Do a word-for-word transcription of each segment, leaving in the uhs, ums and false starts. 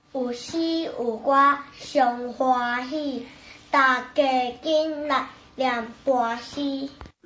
有诗有歌上欢喜，大家紧来念歌诗。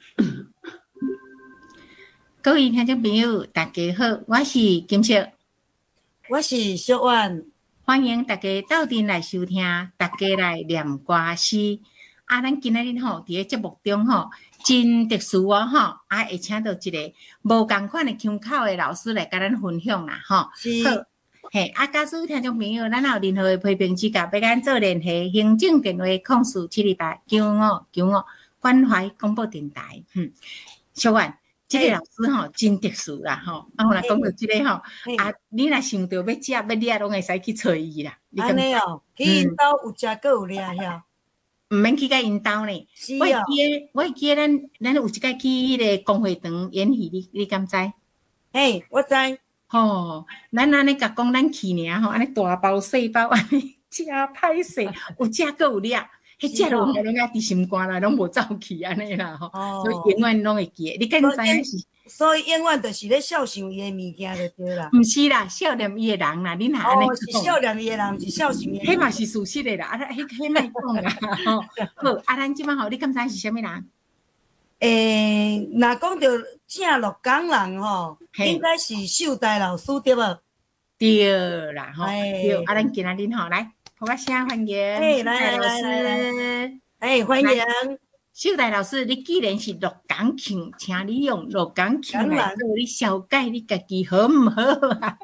各位听众朋友，大家好，我是金色， 我是小婉， 欢迎大家到阵来收听，大家来念歌诗。啊，咱今仔日吼，伫个节目中吼，真特殊哦吼，啊，会请到一个无共款的腔口的老师来甲咱分享啦吼。 是。 好，嘿，啊，假使听众朋友，咱有任何的批评指教，要咱做联系，行政电话控诉七二八九五九五关怀广播电台。嗯，小婉。这个老师吼真特殊啦吼，啊，我来讲到这个吼，啊，你若想到要食要掠，拢会使去找伊啦。 安尼哦，去因兜有食，搁有掠遐。 毋免去甲因兜呢。 是我会记，我会记咱咱有一届去迄个公会堂演戏，你你敢知？ 嘿，我知。 吼，咱安尼甲讲咱去尔吼，安尼大包细包，安尼真歹势，有食搁有掠。迄只落来拢啊伫心肝啦，拢无走去安尼啦吼，所以永远拢会记得。你敢知影是？ 所以永远就是咧孝想伊诶物件就对啦。 毋是啦，孝念伊诶人啦，你若安尼讲。 哦，是孝念伊诶人，是孝顺伊。 迄嘛是事实诶啦，啊，迄迄莫讲啦。吼，好，啊，咱即摆吼，你敢知是啥物人？ 诶，若讲着正鹿港人吼，应该是秀才老师对无？ 对啦，吼，对，啊，咱今仔日吼来。好啊，声欢迎， 哎，来来来来，哎，欢迎秀才老师。你既然是鹿港腔，请你用鹿港腔来做你小解，你家己好唔好啊？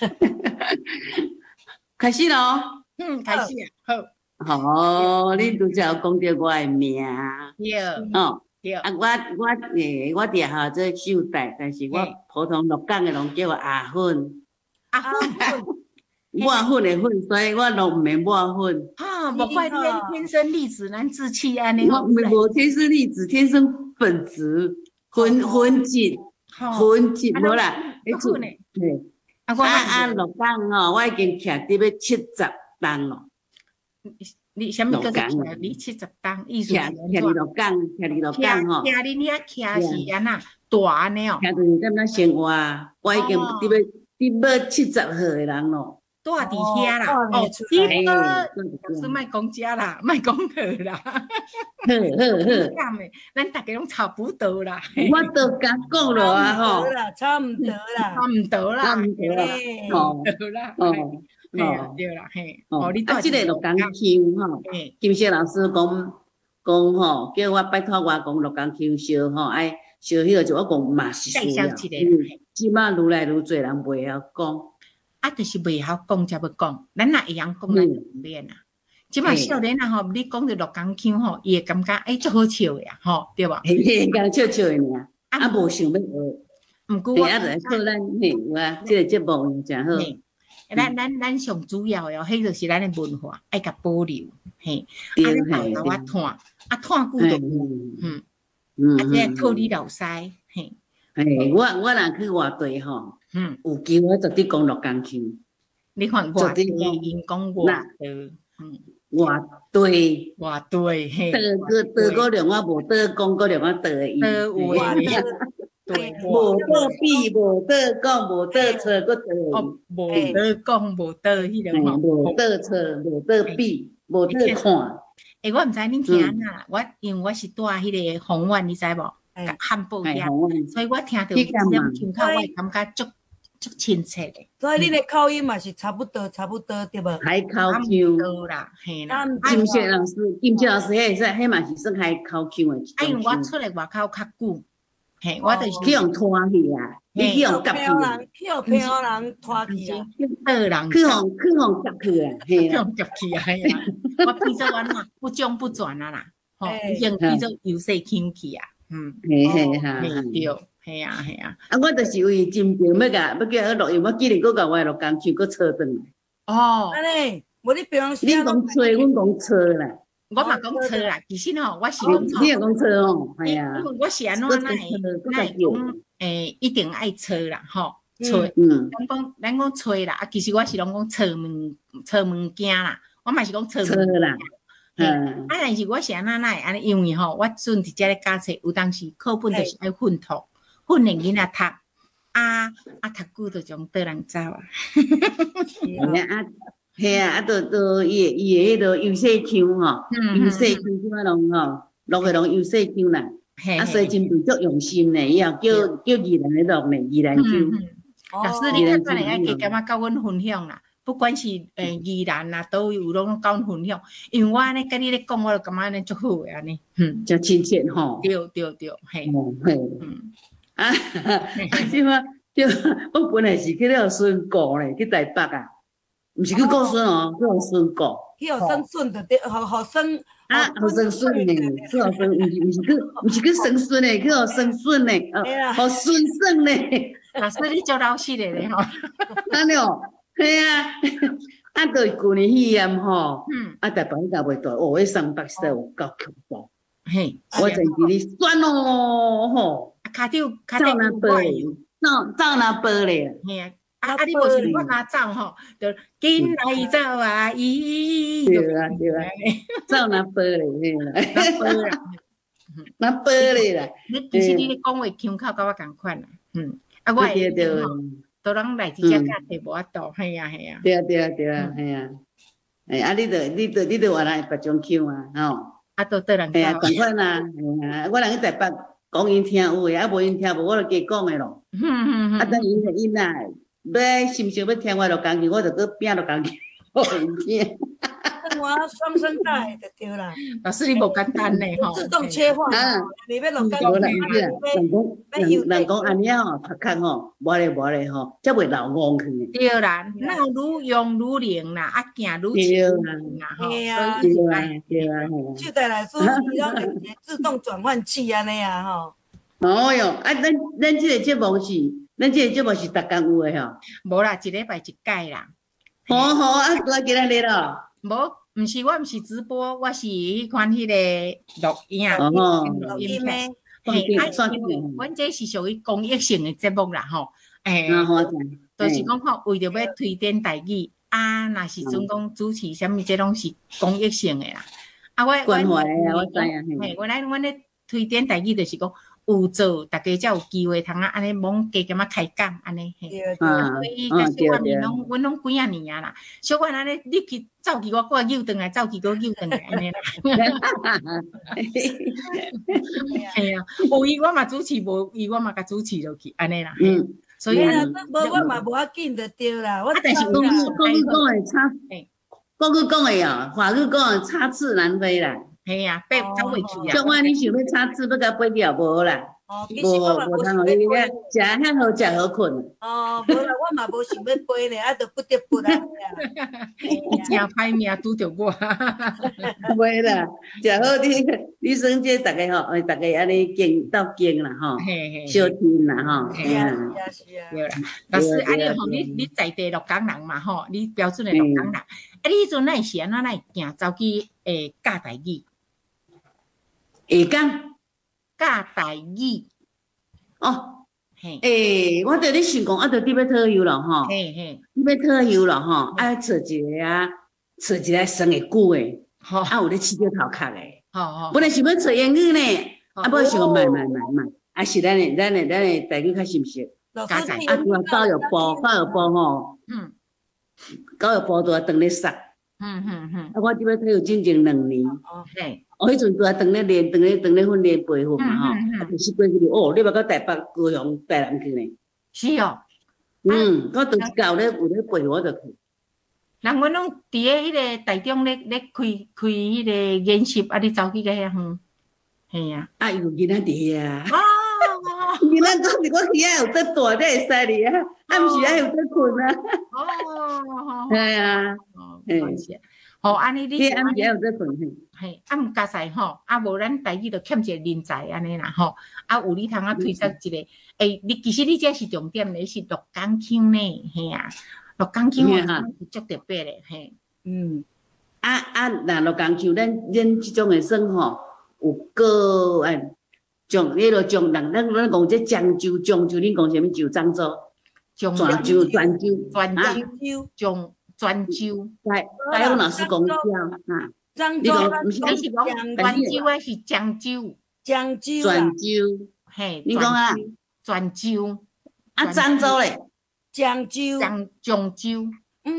开始咯， 嗯，开始啊， 好。好，你拄则讲到我诶名， 对， 哦，对。啊，我我诶，我伫下做秀才，但是我普通鹿港诶拢叫我阿粉， 阿粉。 抹粉的粉，所以我拢毋免抹粉。 啊，无怪你天生丽质难自弃安尼。 我无天生丽质，天生本质，混混质，混质无啦。 粉诶， 对。啊啊，鹿港吼，我已经徛伫要七十档咯。 你啥物叫做徛？你七十档，意思是徛徛伫鹿港，徛伫鹿港吼。 徛恁遐徛是安那大安尼哦。 徛伫踮咱生活，我已經伫要伫要七十號的人咯。 住伫遐啦，哦，你个是莫讲遮啦，莫讲好啦，好好好，咱大家拢差不多啦。 我都甲讲了啊吼， 差唔多啦， 差唔多啦， 差唔多啦， 哦，啦，哦，哦，对啦，嘿，哦，你啊，即个鹿港腔吼，金色老师讲讲吼，叫我拜托我讲鹿港腔烧吼，爱烧迄个就我讲嘛是需要，即马愈来愈侪人袂晓讲。 啊，就是袂晓讲才要讲，咱若会晓讲，咱就唔免啦。即摆少年啊吼，你讲着鹿港腔吼，伊会感觉诶，足好笑诶呀，吼，对无？ 嘿嘿，讲笑笑诶尔，啊无想要学。 毋过我啊，就靠咱嘿，我即个节目真好。 咱咱咱上主要哦，迄就是咱诶文化，爱甲保留，嘿。啊，你头头啊探，啊探久就有，嗯嗯。啊，即靠你老师，嘿。 嘿，我我若去外地吼。嗯，有机会绝对讲鹿港腔。 你看外地因讲外地，嗯， 外地， 外地嘿， 倒个倒个量我无倒讲个量我倒伊， 倒话， 对，无倒比，无倒讲，无倒错个倒， 哦，无倒讲，无倒迄个吼，无倒错，无倒比，无倒看。 诶，我毋知恁听哪，我因为我是住迄个宏苑，你知无？汉堡遐，所以我听到这种腔口，我会感觉足。足亲切的， 所以你的口音嘛是差不多，差不多对无？ 海口腔啦，嘿啦。 金色老师，金色老师，迄说，迄嘛是算海口腔的。 啊，因为我出来外口较久，嘿，我就是去用拖去啊，你去用夹去啊， 去用朋友人拖去啊， 倒人去用去用夹去啊，嘿啦，用夹去啊，嘿啦。我变做我嘛不中不转啊啦，吼，已经变做由细轻去啊，嗯， 嘿嘿哈， 对。系啊系啊， 啊！我就是为真病要甲要叫录音，我记得佫甲我鹿港腔佫扯转来。 哦，安尼，无你平时你讲吹，阮讲扯啦。 我嘛讲扯啦，其实吼，我是讲错。你也讲扯哦，系啊。 因为我是安怎咱会咱会讲诶，一定爱扯啦，吼，吹。嗯。咱讲咱讲吹啦，啊，其实我是拢讲扯物扯物件啦，我嘛是讲扯。 扯啦。 嗯。啊，但是我是安怎来安尼，因为吼，我阵伫遮咧教册，有当时课本就是爱混读。训练囡仔读，啊啊读久就从倒人走啊。 啊系啊，啊，都都伊伊诶迄个优势腔吼，优势腔即摆拢吼，录诶拢优势腔啦。啊，所以真非足用心呢，以后叫叫宜兰诶录呢，宜兰腔。 老师，你较快会爱加减啊，甲阮分享啦。不管是诶宜兰啊，倒有拢甲阮分享，因为我安尼甲你咧讲，我就感觉安尼足好诶安尼，嗯， 足亲切吼。 对对对，嘿， 嘿，嗯，啊，即摆对，我本来是去了孙顾咧，去台北啊，毋是去顾孙哦，去互孙顾。 去互生孙的对，互互生啊，互生孙咧，去互生，毋是毋是去，毋是去生孙咧，去互生孙咧，哦，互孙孙咧。 老师，你做老师咧咧吼， 安尼哦。系啊，啊，就旧年肺炎吼，啊，台北迄个袂大，哦，迄上北实在有够恐怖。嘿，我真是哩酸哦，吼， 骹手骹手若报咧，手手若报咧， 嘿啊，啊啊，你无是我若走吼，就紧来走啊，咦， 对啊对啊，手若报咧，嘿啦，报啦，若报咧啦。 你其实你咧讲话腔口甲我共款啦，嗯，啊，我会对。都人来直接甲摕无法度，系啊系啊。 对啊对啊对啊，系啊。诶，啊，你着你着你着原来别种腔啊，吼。 啊，都对人。 系啊，同款啊，系啊，我人去台北讲因听有诶，啊无因听无，我就加讲诶咯。嗯嗯嗯。啊，等因因呐，要心想要听我就讲去，我就搁拼着讲去，互因听。 我双声带就对啦。 老师你无简单呢吼。 自动切换啊，你要落讲。 无啦，人讲人人讲安尼吼，读壳吼，无咧无咧吼，则袂老戆去。 对啦，那愈用愈灵啦，啊行愈对啦，吼。 对啊， 对啊，对啊。 就带来说，伊拢会自动转换器安尼啊，吼。 哦哟，啊，咱咱即个节目是，咱即个节目是逐工有诶吼。 无啦，一礼拜一届啦。 好好啊，多今日咯。 无，毋是我毋是直播，我是迄款迄个录音， 录音诶。 嘿，啊，因为阮这是属于公益性诶节目啦，吼。诶，就是讲吼，为着要推展台语，啊，若是准讲主持啥物，这拢是公益性诶啦。啊，我关怀啊，我知影。 嘿，原来阮咧推展台语，就是讲。有做，大家才有机会通啊，安尼罔加减啊开讲，安尼嘿。所以，但是我们拢，阮拢几啊年啊啦，小可安尼，你去走去我，我扭转来，走去我扭转来，安尼啦。系啊，有伊我嘛主持，无伊我嘛甲主持落去，安尼啦。嗯。所以啊， 无我嘛无要紧就对啦。我但是国语国语讲诶差，国语讲诶哦，华语讲诶差次难飞啦。 系啊，爬走袂去啊！ 像我你想要插翅，要甲飞掉无啦？ 哦，其实我嘛无想要飞，食遐好，食好困。 哦，无啦，我嘛无想要飞咧，啊，着不得不啦。 真歹命拄着我。 袂啦，食好你你算这大家吼，大家安尼敬斗敬啦吼，小天啦吼。 是啊是啊是啊。 对啦，老师，啊你吼，你你在地鹿港人嘛吼，你标准的鹿港人，啊你迄阵那是安怎来行走去诶教台语？ 会讲教台语哦，嘿，诶，我着咧想讲，啊，着你要退休咯吼，嘿嘿，你要退休咯吼，啊，找一个啊，找一个生会久诶，吼，啊，有咧饲着头壳诶，吼吼，本来想要找英语呢，啊，不想讲买买买买，啊，是咱诶咱诶咱诶台语较熟悉， 加在啊，拄啊教育部教育部吼，嗯，教育部拄啊当咧杀，嗯嗯嗯，啊，我即摆退休整整两年，哦嘿。哦，迄阵拄啊，当咧练，当咧当咧训练培训嘛吼，啊，就是过去哦，你要到台北、高雄、台南去呢？ 是哦， 嗯，我都是教咧有咧培训，我就去。 人阮拢伫咧迄个台中咧咧开开迄个研习，啊，你走去个遐远，系啊， 啊，有囡仔伫啊。哦，囡仔讲是我去遐有得大，你会使哩啊，啊，毋是遐有得困啊。哦，系啊， 嗯。吼，安尼你安尼有在困嘿， 嘿，啊毋加赛吼，啊无咱台语就欠一个人才安尼啦吼，啊有你通啊推出一个，诶，你其实你这是重点咧，是鹿港腔呢，嘿啊，鹿港腔啊是足特别咧，嘿，嗯， 啊啊，那鹿港腔，咱咱即种诶算吼，有个诶，种迄落种人，咱咱讲这漳州、漳州，恁讲啥物州？漳州、漳州、漳州、 漳州、漳。漳州， 来，来，我老师讲讲啊， 漳州，你是讲漳州还是漳州？ 漳州， 漳州， 嘿， 你讲啊， 漳州， 啊，漳州嘞， 漳州， 漳漳州， 嗯，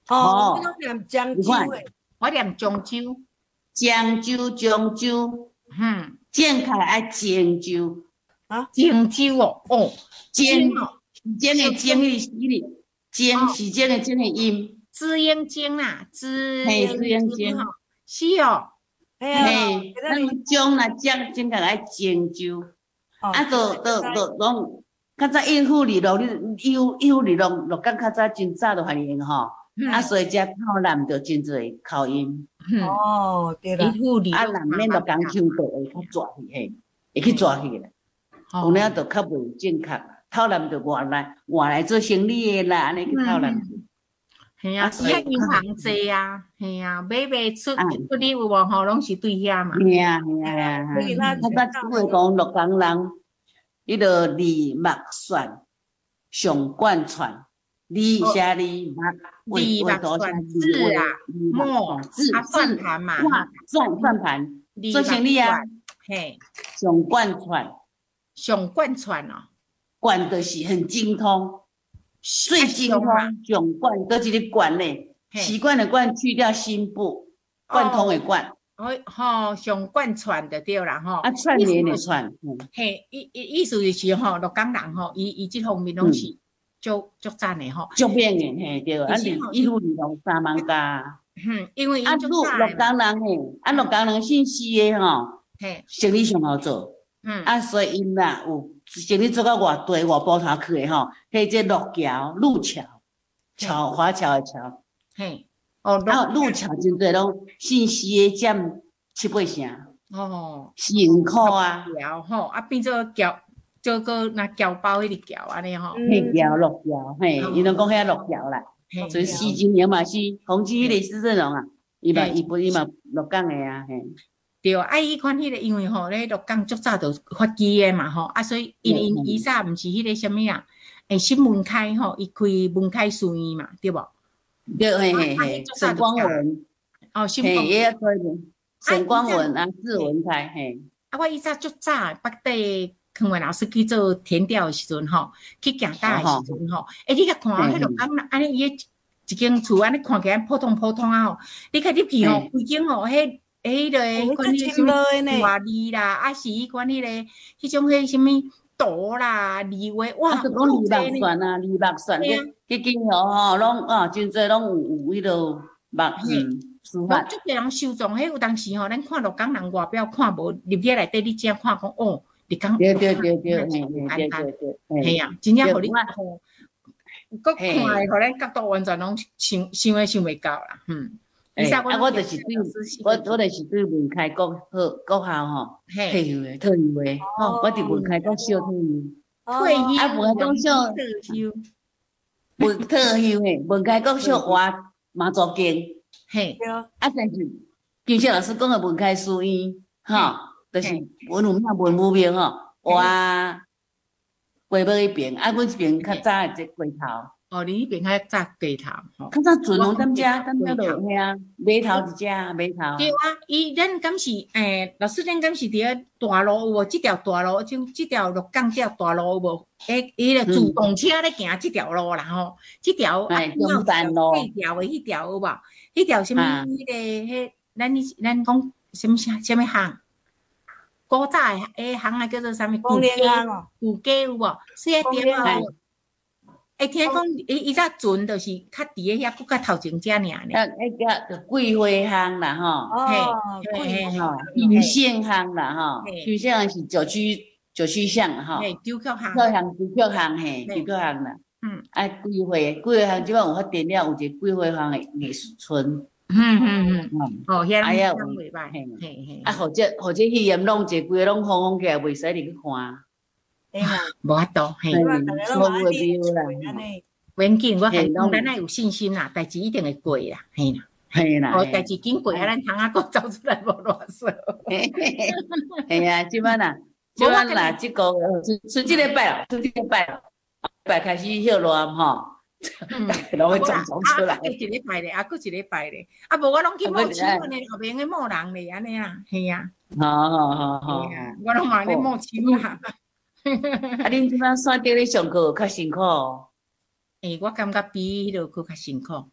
哦，我念漳州诶， 我念漳州， 漳州、漳州， 嗯， 正开爱漳州啊， 漳州哦，哦， 漳哦， 漳的漳迄迄漳是漳的漳的音， 知音漳啦，知嘿， 音知音漳漳， 是哦， 嘿，咱种啦漳正开爱漳州，啊，都都都拢。较早应付你咯，你应应付你咯，落港较早真早就反应吼，啊，所以遮靠南就真侪口音。 哦，对啦。 啊，南面落港腔就会较抓去嘿，会去抓去啦。有领就较袂正确，靠南就外来外来做生意诶啦，安尼去靠南。 系啊，遐银行济啊，系啊，买卖出出哩有无吼，拢是对遐嘛。 系啊系啊系啊，较早只会讲鹿港人。迄个李木算上贯穿，李写李木， 李木算字啊，墨字啊算盘嘛， 算算盘做生意啊， 嘿， 上贯穿， 上贯穿哦， 贯就是很精通，最精通，上贯搁一个贯呢，习惯的贯去掉心部，贯通的贯。 哦，吼，上贯穿的对啦，吼。 啊，串联的串。 嘿，意意意思就是吼，鹿港人吼，伊伊即方面拢是足足赞的吼。 足变的嘿，对。啊，你一路二龙三万家。 嗯，因为啊，鹿鹿港人嘿，啊，鹿港人姓西的吼， 嘿， 生意上好做。嗯。啊，所以因啦有生意做到外地外埔头去的吼，迄即鹿桥、路桥、桥华侨的桥。 嘿。 哦，啊，路桥真侪拢姓西的占七八成。 哦， 人口啊， 桥吼，啊变做桥，做个那桥包迄个桥安尼吼， 嘿桥鹿桥，嘿，伊拢讲遐鹿桥啦，所以四金年嘛是洪基迄个施正荣啊，伊嘛伊本伊嘛鹿港的啊，嘿。 对，啊伊款迄个因为吼咧鹿港足早就发基的嘛吼，啊所以因因伊早毋是迄个什么啊，诶新闻开吼，伊开文开书院嘛，对无？ 对，嘿嘿嘿，沈光文， 哦，新光文。沈光文啊，志文开嘿。 啊，我以前足早北地康文老师去做田调的时阵吼，去行大的时阵吼，诶，你甲看迄鹿港安尼伊一间厝安尼看起来普通普通啊吼，你看入去吼，规间吼，迄迄个关于什么外字啦，啊是伊关迄个迄种迄什么图啦、字画，哇， 啊，就讲李木算啊，李木算，迄迄间吼吼，拢啊真侪拢有有迄落木嗯。我足侪人收藏，迄有当时吼，咱看鹿港人外表看无入去内底，你只看讲哦，鹿港对对对对，嘿对对对， 系啊，真正互你吼，佮看诶，互咱角度完全拢想想诶想袂到啦，嗯。 诶，啊，我就是对，我我就是对文开国好国校吼，退休诶，退休诶，吼，我伫文开国小退休， 退休啊，文开国小退休， 文退休诶，文开国小活马祖经。 嘿， 啊，但是金秀老师讲的文开书院，吼，就是文武庙、文武庙吼，哇，过尾迄边，啊，阮这边较早的这过头。 哦，你迄边较早过头，吼。 较早船拢踮遮，踮遮落遐啊，码头一只，码头。 对啊，伊咱敢是诶，老师咱敢是伫咧大路有无？即条大路就即条鹿港即条大路有无？诶，伊个自动车咧行即条路啦吼，即条啊， 中山路。 迄条诶，迄条有无？迄条什么？迄个迄咱咱讲什么啥？什么巷？古早诶巷啊，叫做啥物？ 古街哦， 古街有无？是迄点啊。会听讲，伊伊只船就是较伫诶遐，佫较头前遮尔呢。 啊，迄个桂花巷啦，吼， 嘿， 嘿嘿吼，云线巷啦，吼，云线巷是九曲九曲巷吼， 嘿，九曲巷， 九曲巷，九曲巷嘿，九曲巷啦。嗯，啊，桂花，桂花巷即摆有发展了，有一个桂花巷诶艺术村。 嗯嗯嗯，哦，遐哎呀， 袂歹，嘿嘿嘿。 啊，或者或者迄沿弄一规拢封封起来，袂使入去看。 无法度，嘿， 错误的标啦。 稳紧，我还讲咱爱有信心啦，代志一定会过啦，嘿啦， 嘿啦。 哦，代志紧过啊，咱通啊个走出来无偌少。 嘿啊，即摆啦，即摆啦，即个春即礼拜啦，春即礼拜啦，礼拜开始歇乱吼，拢会总总出来。 啊，一礼拜咧，啊，佫一礼拜咧，啊，无我拢去摸亲呢，后边个摸人咧，安尼啦，嘿啊。 好好好好， 我拢嘛咧摸亲啦。 啊，恁即摆线顶咧上课较辛苦。 诶，我感觉比迄落佫较辛苦。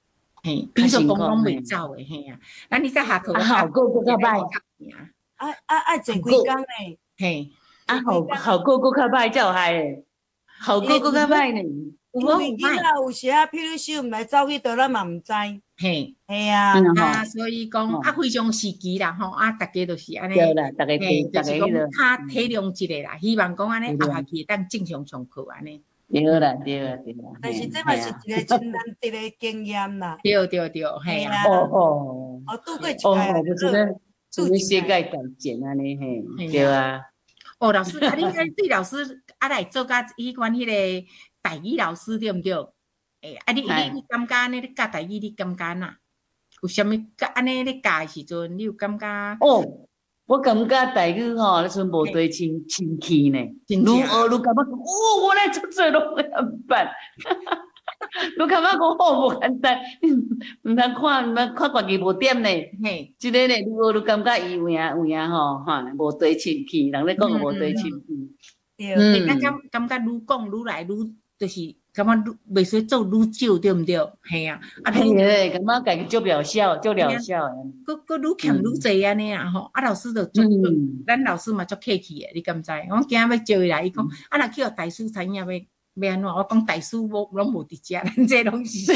嘿，比如说讲拢袂走诶，嘿啊，咱你在下课好过过较歹， 啊啊爱坐几工呢？ 嘿， 啊好好过过较歹才有害诶，好过过较歹呢。 因为囡仔有时啊，譬如说毋来走去倒，咱嘛毋知。 嘿， 嘿啊， 啊，所以讲啊，非常时期啦，吼，啊，大家都是安尼， 对啦，大家体，大家迄个，较体谅一个啦，希望讲安尼后下去当正常上课安尼。 对啦，对啦，对啦。 但是这嘛是一个真难得的经验啦。 对对对，嘿啊。 哦哦。哦，拄过一哦，我觉得就是世界改变安尼嘿，对啊。 哦，老师，啊，你看对老师啊来做甲迄款迄个台语老师对毋对？诶，啊，你你感觉安尼你教台语你感觉哪？有啥物教安尼你教诶时阵，你有感觉？ 哦，我感觉台语吼，迄阵无对亲亲气呢，愈学愈感觉讲，哦，我来做做拢会办，愈感觉讲好无简单，毋通看，毋通看家己无点呢。嘿，即个呢，愈学愈感觉伊有影有影吼，哈，无对亲气，人咧讲无对亲气。 嗯，感觉感觉愈讲愈来愈，就是。感觉愈袂使做愈少，对毋对？系啊，啊， 嘿诶，感觉家己足渺小，足渺小诶。 佫佫愈强愈济安尼啊吼，啊老师就足，咱老师嘛足客气诶，你敢知？我今仔要招伊来，伊讲啊，若去互大师知影要要安怎？我讲大师无拢无伫遮，咱这拢是。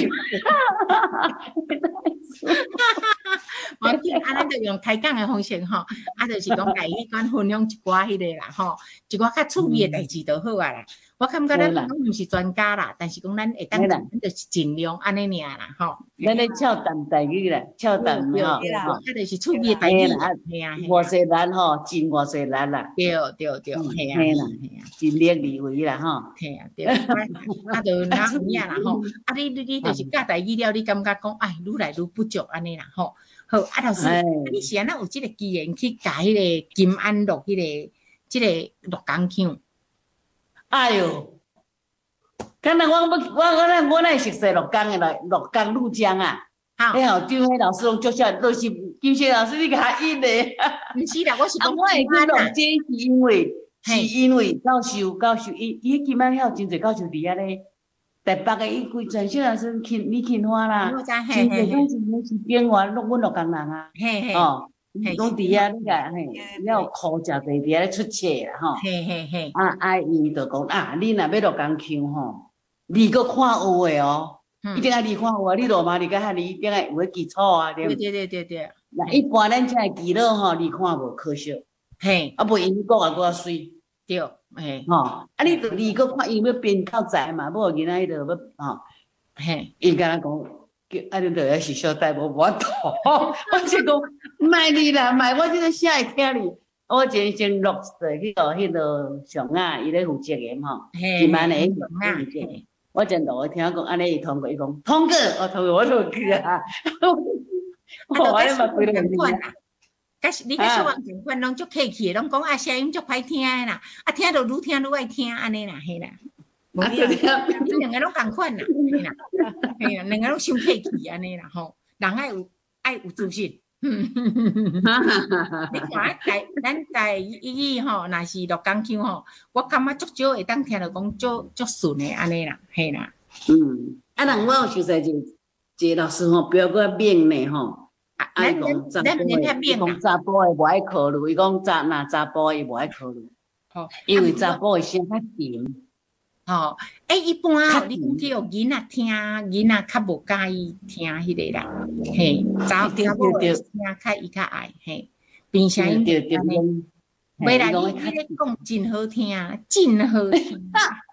我见啊，咱就用开讲诶方式吼，啊，就是讲家己讲分享一寡迄个啦吼，一寡较趣味诶代志就好啊啦。我感觉咱拢毋是专家啦，但是讲咱会当，咱就是尽量安尼尔啦，吼。 咱咧俏谈台语啦，俏谈吼， 啊，就是趣味台语啦， 系啊，外省人吼，真外省人啦。 对对对，系啊， 系啦，系啊，真力而为啦，吼。 系啊，对。啊，就哪有影啦，吼。啊，你你你就是教台语了，你感觉讲，哎，愈来愈不足安尼啦，吼。好，啊，老师，你是安怎有即个机缘去教迄个金安乐迄个即个乐工腔？ 哎哟，可能我我我我咱我咱熟悉乐工诶啦，乐工入江啊。好，迄校长迄老师拢足少，都是金星老师你甲引诶。 毋是啦，我是讲我会去录这是因为是因为教授教授伊伊今晚遐真侪教授伫遐咧。台北诶，伊规全小学生青李青花啦，真侪拢是拢是变化录阮乐工人啊。哦。拢伫遐你甲嘿，了苦食侪伫遐咧出册啦吼。嘿嘿嘿。啊啊，伊就讲啊，你若要落工腔吼，你搁看学诶哦，一定爱你看学，你落嘛你甲遐你一定爱有个基础啊，对对对对对对。 那一般咱遮诶基佬吼，你看无可惜。嘿。啊，袂因讲啊，搁较水。对。嘿。吼，啊，你著你搁看，伊要编到在嘛，无囡仔伊著要吼。嘿。伊敢若讲。啊！你著要是小弟无法度，我是讲卖你啦，卖我即个啥会听你？我前先录着迄个迄个上啊，伊咧负责个吼，今晚诶上啊，我真录听讲安尼伊通过，伊讲通过，我通过我就去啊。 我咧嘛规个共款啦，甲是你甲小王共款，拢足客气，拢讲啊声音足歹听诶啦，啊听着愈听愈爱听安尼啦，嘿啦。啊，对对，这两个拢共款啦，嘿啦，嘿啦，两个拢伤客气安尼啦吼，人爱有爱有自信。你看台咱台语吼，若是乐工腔吼，我感觉足少会当听着讲足足顺诶安尼啦，嘿啦。 嗯，啊，人我有熟悉一一个老师吼，比较个猛呢吼，爱讲查甫诶，伊讲查甫诶无爱考虑，伊讲查若查甫诶无爱考虑，吼，因为查甫诶声较甜。 吼，诶，一般哦，你讲去互囡仔听，囡仔较无介意听迄个啦，嘿，查查某诶声较伊较爱，嘿，变声音安尼，袂啦，你你咧讲真好听，真好听。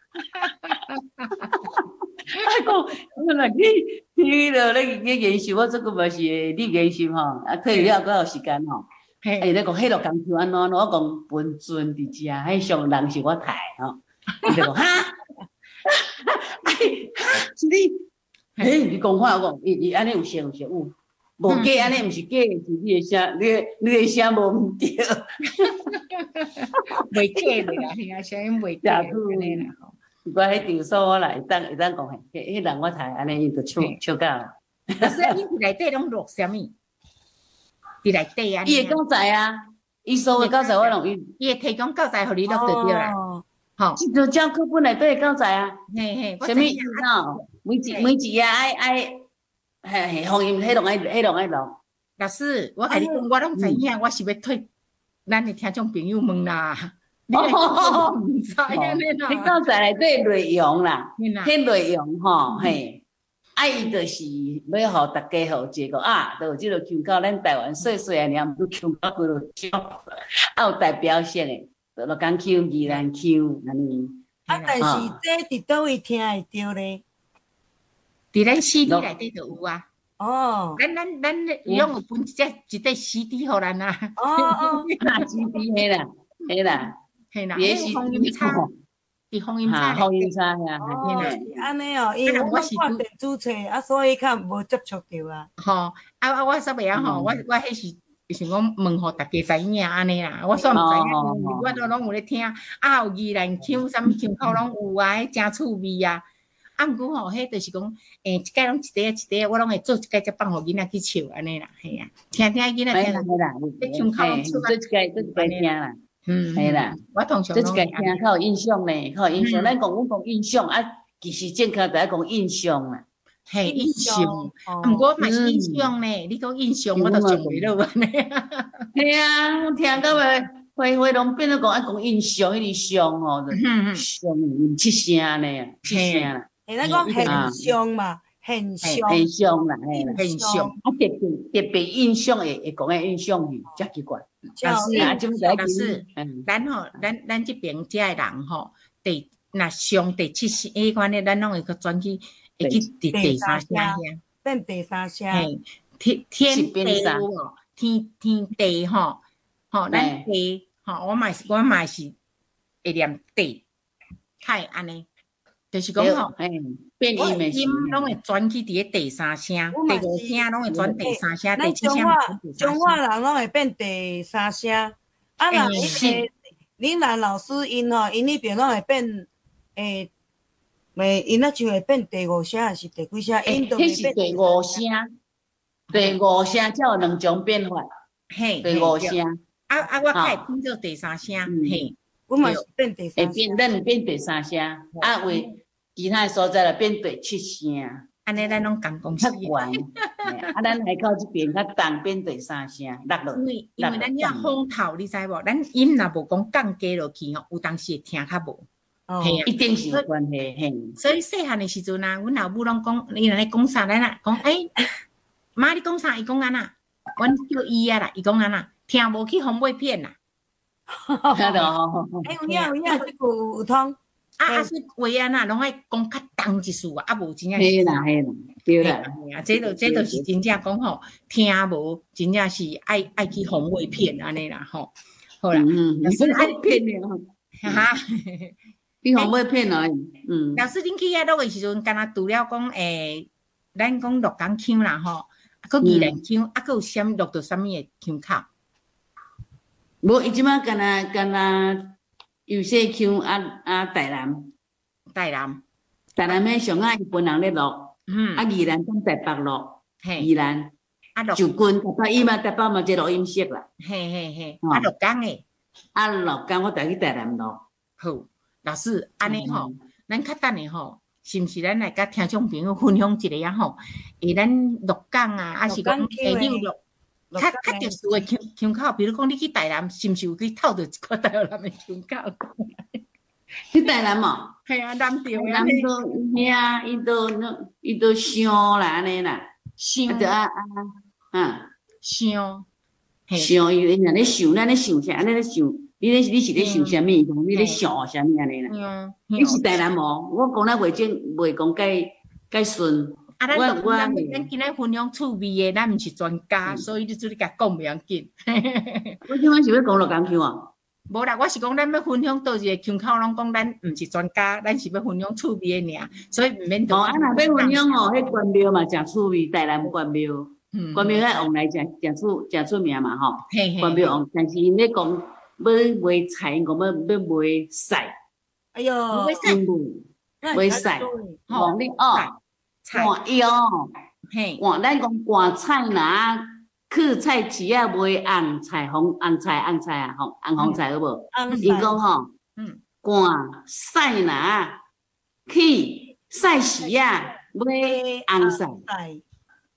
啊，讲，我若去去了咧去研修，我这个嘛是你研修吼，啊，退了搁有时间吼，哎，咧讲迄落工作安怎？我讲本尊伫遮，迄上人是我抬吼，伊就讲哈。哎，是你？嘿，你讲话我讲，伊伊安尼有声有声有，无假安尼毋是假，是你诶声，你你诶声无毋对。 袂假的啦，嘿啊，声音袂假安尼啦吼。 不过迄场所我来会当会当讲嘿，迄迄人我睇安尼伊就唱唱到。 老师，你伫内底拢录啥物？伫内底啊？ 伊会教材啊，伊所有教材我拢伊， 伊会提供教材互你录就对啦。 吼，即就教课本内底教材啊， 嘿嘿， 什么意思哦？每一每一页爱爱嘿嘿，放音，迄拢爱，迄拢爱录。 老师，我甲你讲，我拢知影，我是要替咱的听众朋友问啦。哦，唔知安尼啦。 你刚才内底内容啦，迄内容吼，嘿，啊，伊就是要互大家好一个啊，就即个腔口，咱台湾细细个念，都腔口几落少，啊有代表性的，就鹿港腔、宜兰腔安尼。 啊，但是这伫倒位听会着咧？ 伫咱 C D 内底就有啊。 哦， 咱咱咱用有分一只一块 C D 互咱啊。 哦哦， 那 C D 迄啦，迄啦， 迄啦，迄放音叉，伫放音叉， 放音叉呀， 哦，是安尼哦，因为我看电子册啊，所以较无接触着啊。 吼，啊啊，我煞袂晓吼，我我迄是。想讲问互大家知影安尼啦，我煞毋知影，我都拢有咧听，啊有宜兰腔，啥物腔口拢有啊，迄真趣味啊。啊，毋过吼，迄就是讲，诶，一届拢一块一块，我拢会做一届才放互囡仔去唱安尼啦，嘿啊，听听囡仔听啦，迄腔口拢出做一届做一届听啦， 嗯， 系啦， 我通常做一届听较有印象咧，较有印象。咱讲阮讲印象啊，其实正确就爱讲印象啦。 嘿，印象，毋过嘛是印象呢。你讲印象，我都想袂落安尼。 系啊，我听到诶，花花拢变做讲爱讲印象，迄个象吼，象唔出声呢，出声啦。 诶，咱讲很象嘛，很象， 很象啦，嘿啦， 很象。 啊，特别特别印象会会讲诶印象语，真奇怪。 老师，老师，咱吼，咱咱这边遮诶人吼，第若上第七声，迄款诶，咱拢会去转去。会去第第三声遐， 变第三声。 嘿，天天地哦，天天地吼，吼，咱地吼，我嘛是我嘛是会念地，较会安尼，就是讲吼， 变音诶音拢会转去伫个第三声，第五声拢会转第三声，第七声转第三声。中华人拢会变第三声，啊，若迄个岭南老师因吼，因迄边拢会变诶。袂，因仔就会变第五声，还是第几声？因都迄是第五声，第五声才有两种变化。 嘿， 第五声。 啊啊，我较会变做第三声，嘿， 我嘛是变第三声。 会变，咱变第三声，啊，为其他所在就变第七声。 安尼咱拢共公司。 较悬，啊，咱海口这边较重变第三声，落落。 因为因为咱遐风头，你知无？咱音若无讲降低落去吼，有当时会听较无。 嘿，一定是有关系，嘿。 所以细汉的时阵啊，阮老母拢讲，伊来讲啥咱啊，讲诶，妈你讲啥？伊讲安那，阮叫伊啊啦，伊讲安那，听无去红尾片啦。 听到？ 哎，有影有影，这句有通。 啊啊，说话安那，拢爱讲较重一丝啊，啊无真正。 嘿啦嘿啦，对啦。 啊，这就这就是真正讲吼，听无真正是爱爱去红尾片安尼啦吼。好啦， 嗯，你是爱骗的吼。 哈。 你红尾片来，嗯。 老师，恁去遐录的时阵，敢若除了讲诶，咱讲鹿港腔啦吼，啊，佮宜兰腔，啊，佮有啥录到啥物的腔口？ 无，伊即马敢若敢若有些腔啊啊，台南， 台南， 台南诶上海伊本人咧录，嗯，啊，宜兰讲台北录，嘿，宜兰，啊，就近台北伊嘛，台北嘛一录音室啦， 嘿嘿嘿，啊，鹿港诶， 啊，鹿港我带去台南录， 好。老师，安尼吼，咱较等下吼，是毋是咱来甲听众朋友分享一个啊吼？诶，咱鹿港啊，还是讲诶，你有录较较特殊诶腔腔口？比如讲，你去台南，是毋是有去透到一个台南诶腔口？ 去台南嘛？ 系啊，南调啊。南都遐，伊都伊都想啦，安尼啦， 想啊啊啊， 想， 想伊因若咧想，咱咧想啥？安尼咧想。你咧你是咧想啥物？你咧想啥物安尼啦？你是台南无？我讲咱话正袂讲介介顺。 啊，咱我咱咱今仔分享趣味诶，咱毋是专家，所以你做你甲讲袂要紧。 我今晚是要讲鹿港腔啊？ 无啦，我是讲咱要分享倒一个腔口，拢讲咱毋是专家，咱是要分享趣味诶尔，所以毋免。 哦，啊，若要分享吼，迄关庙嘛真趣味，台南关庙，关庙遐往来真真出真出名嘛吼。关庙往，但是因咧讲。要卖菜，我要要卖菜。 哎哟， 卖菜，黄你哦，换药，嘿，换咱讲换菜呐，去菜市啊卖红菜、红红菜、红菜啊，红红红菜好无？伊讲吼，嗯，换菜呐，去菜市啊卖红菜。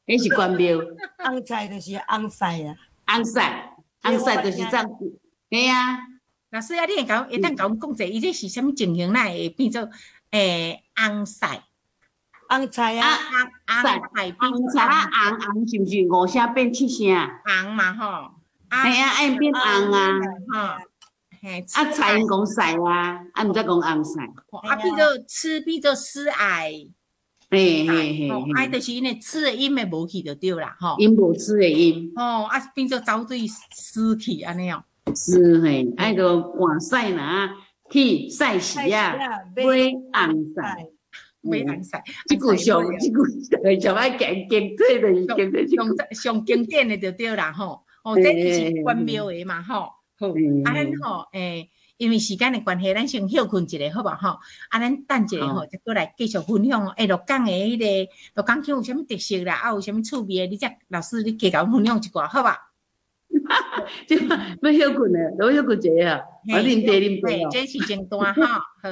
迄是关庙。 红菜就是红菜啊， 红菜，红菜就是赞，嘿啊。 老师啊，你会讲，会当甲阮讲者，伊这是啥物情形，咱会变做诶红菜？ 红菜啊， 红红菜， 红菜啊，红红是毋是五声变七声？ 红嘛吼， 嘿啊，爱变红啊， 吼，嘿， 啊菜因讲菜啊，啊毋则讲红菜， 啊变做吃变做思爱， 嘿嘿嘿， 爱就是因为吃的音的无去就对啦，吼， 因无吃的因， 哦，啊变做走对死去安尼哦， 是嘿，爱个换菜呐，去菜市啊，买红菜。 买红菜， 即句上，即句上爱经经对的，经对上上经典的就对啦吼。哦，这就是关庙的嘛吼。好，啊咱吼诶，因为时间的关系，咱先休困一下，好无吼？啊，咱等一下吼，再过来继续分享。诶，鹿港的迄个鹿港腔有啥物特色啦？啊，有啥物趣味的？你才老师你加甲阮分享一寡，好吧？ 即要休困了，要休困一下啊！我啉茶啉茶哦。 这是前段哈，好。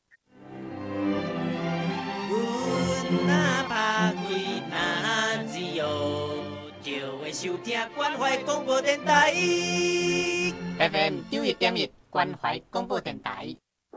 哪怕开哪自由，就会收听关怀广播电台 F M 九一点一关怀广播电台。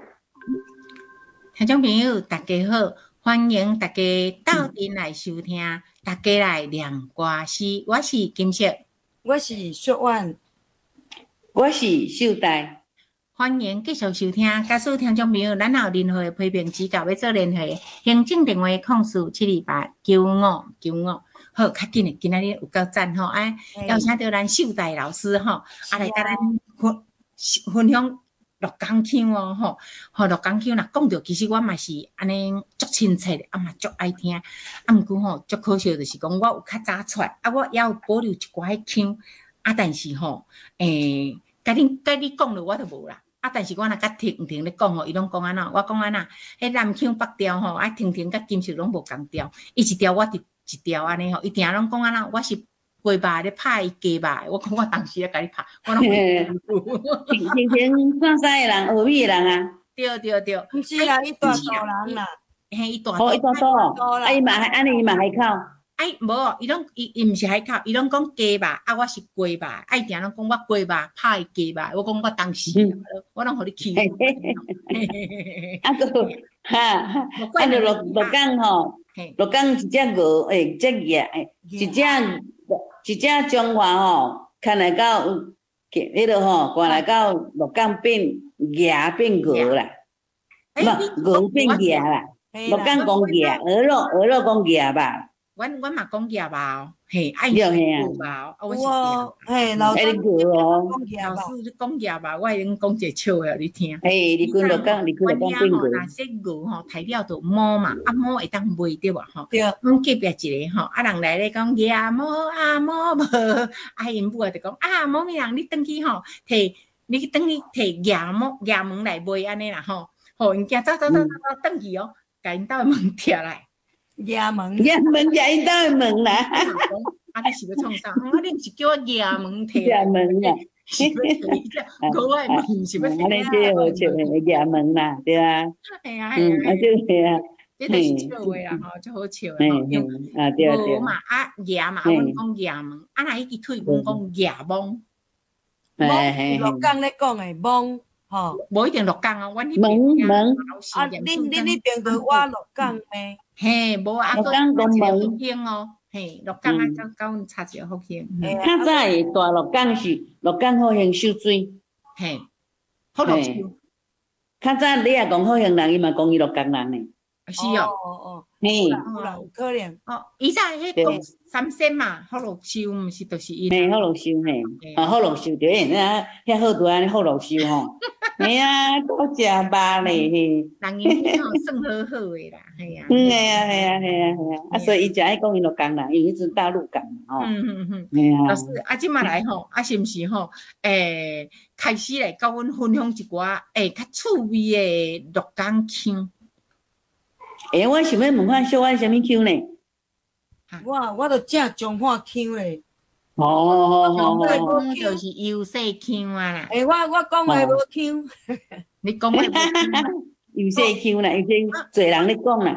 听众朋友，大家好，欢迎大家到阵来收听，大家来念歌诗。我是金色， 我是雪婉， 我是秀黛。 欢迎继续收听，假使听众朋友，咱有任何的批评指教，要做联系，行政电话控诉七二八九五九五。好，较紧的，今仔日有够赞吼，哎，邀请到咱秀黛老师吼，啊来甲咱分分享鹿港腔哦吼，吼鹿港腔若讲着，其实我嘛是安尼足亲切的，啊嘛足爱听，啊毋过吼足可惜就是讲我有较早出来，啊我也有保留一寡迄腔，啊但是吼，诶，甲恁甲你讲了我都无啦。啊！但是我若甲停停咧讲吼，伊拢讲安怎？我讲安怎？迄南腔北调吼，啊停停甲金属拢无共调，伊一调我一一调安尼吼，伊定拢讲安怎？我是鸡肉咧拍伊鸡肉，我讲我当时咧甲你拍，我拢。 停停停，山西的人，峨眉的人啊。 对对对， 毋是啦，伊大肚人啦， 嘿，伊大哦，伊大肚，啊伊嘛还安尼，伊嘛海口。 哎，无，伊拢伊伊毋是海口，伊拢讲鸡肉，啊，我是鸡肉，啊，伊定拢讲我鸡肉拍鸡肉，我讲我当时，我拢互你气。 啊个哈，啊个鹿鹿港吼，鹿港一只鹅，诶，只鹅，诶，一只一只中华吼，看来到迄落吼，看来到鹿港变鹅变鹅啦，不，鹅变鹅啦，鹿港讲鹅，鹅肉鹅肉讲鹅吧。 阮阮嘛讲鸡吧，嘿，爱食鸡吧，啊，我是鸡， 嘿，老师老师你讲鸡吧，我已经讲一笑诶，你听。 嘿，你讲鹿港，你讲鹿港变鹅。那些鹅吼，材料都毛嘛，啊毛会当卖对吧？吼。 对。 阮隔壁一个吼，啊人来咧讲鸡毛啊毛无，啊因母啊就讲啊毛咪人你转去吼，摕你转去摕鸡毛鸡毛来卖安尼啦吼，吼因囝走走走走走转去哦，甲因兜诶门摕来。 衙门， 衙门衙因兜诶门啦。 啊，你是要创啥？啊，你毋是叫我衙门摕？ 衙门啦， 是要摕我诶门，是要摕。 安尼即个好笑诶，衙门啦，对啊。 系啊， 嗯，啊，即个啊。 这就是笑话啦，吼，就好笑诶。 嗯，啊对啊对。 无嘛，啊衙嘛，阮讲衙门，啊若伊支腿，阮讲衙门。 蒙，鹿港咧讲诶蒙。吼， 无一定鹿港哦，阮迄边门啊，恁恁迄边着我鹿港诶， 嘿，无啊， 鹿港讲门兴哦，嘿，鹿港啊，甲甲阮差一个福兴。 较早诶大鹿港是鹿港好兴秀水， 嘿，好鹿秀。 较早你也讲好兴人，伊嘛讲伊鹿港人诶。 是哦， 哦哦， 嘿， 有可能。 哦，以前迄讲三仙嘛，好鹿秀毋是，就是伊。 嘿，好鹿秀嘿，啊，好鹿秀对，那遐好多安尼好鹿秀吼。嘿啊，多食肉咧嘿。 人因吼算好好诶啦，系啊。 嗯，系啊，系啊，系啊，系啊。啊，所以伊才爱讲伊鹿港人，因为迄阵大陆港嘛吼。 嗯嗯嗯。 系啊。 老师，啊，即马来吼，啊，是毋是吼？诶，开始来甲阮分享一寡诶较趣味诶鹿港腔。 诶，我想要问看小阮啥物腔呢？ 我我都正彰化腔咧。 哦哦哦哦，就是优势腔啊啦。 诶，我我讲话无腔。 你讲话无腔。 优势腔啦，已经侪人咧讲啦。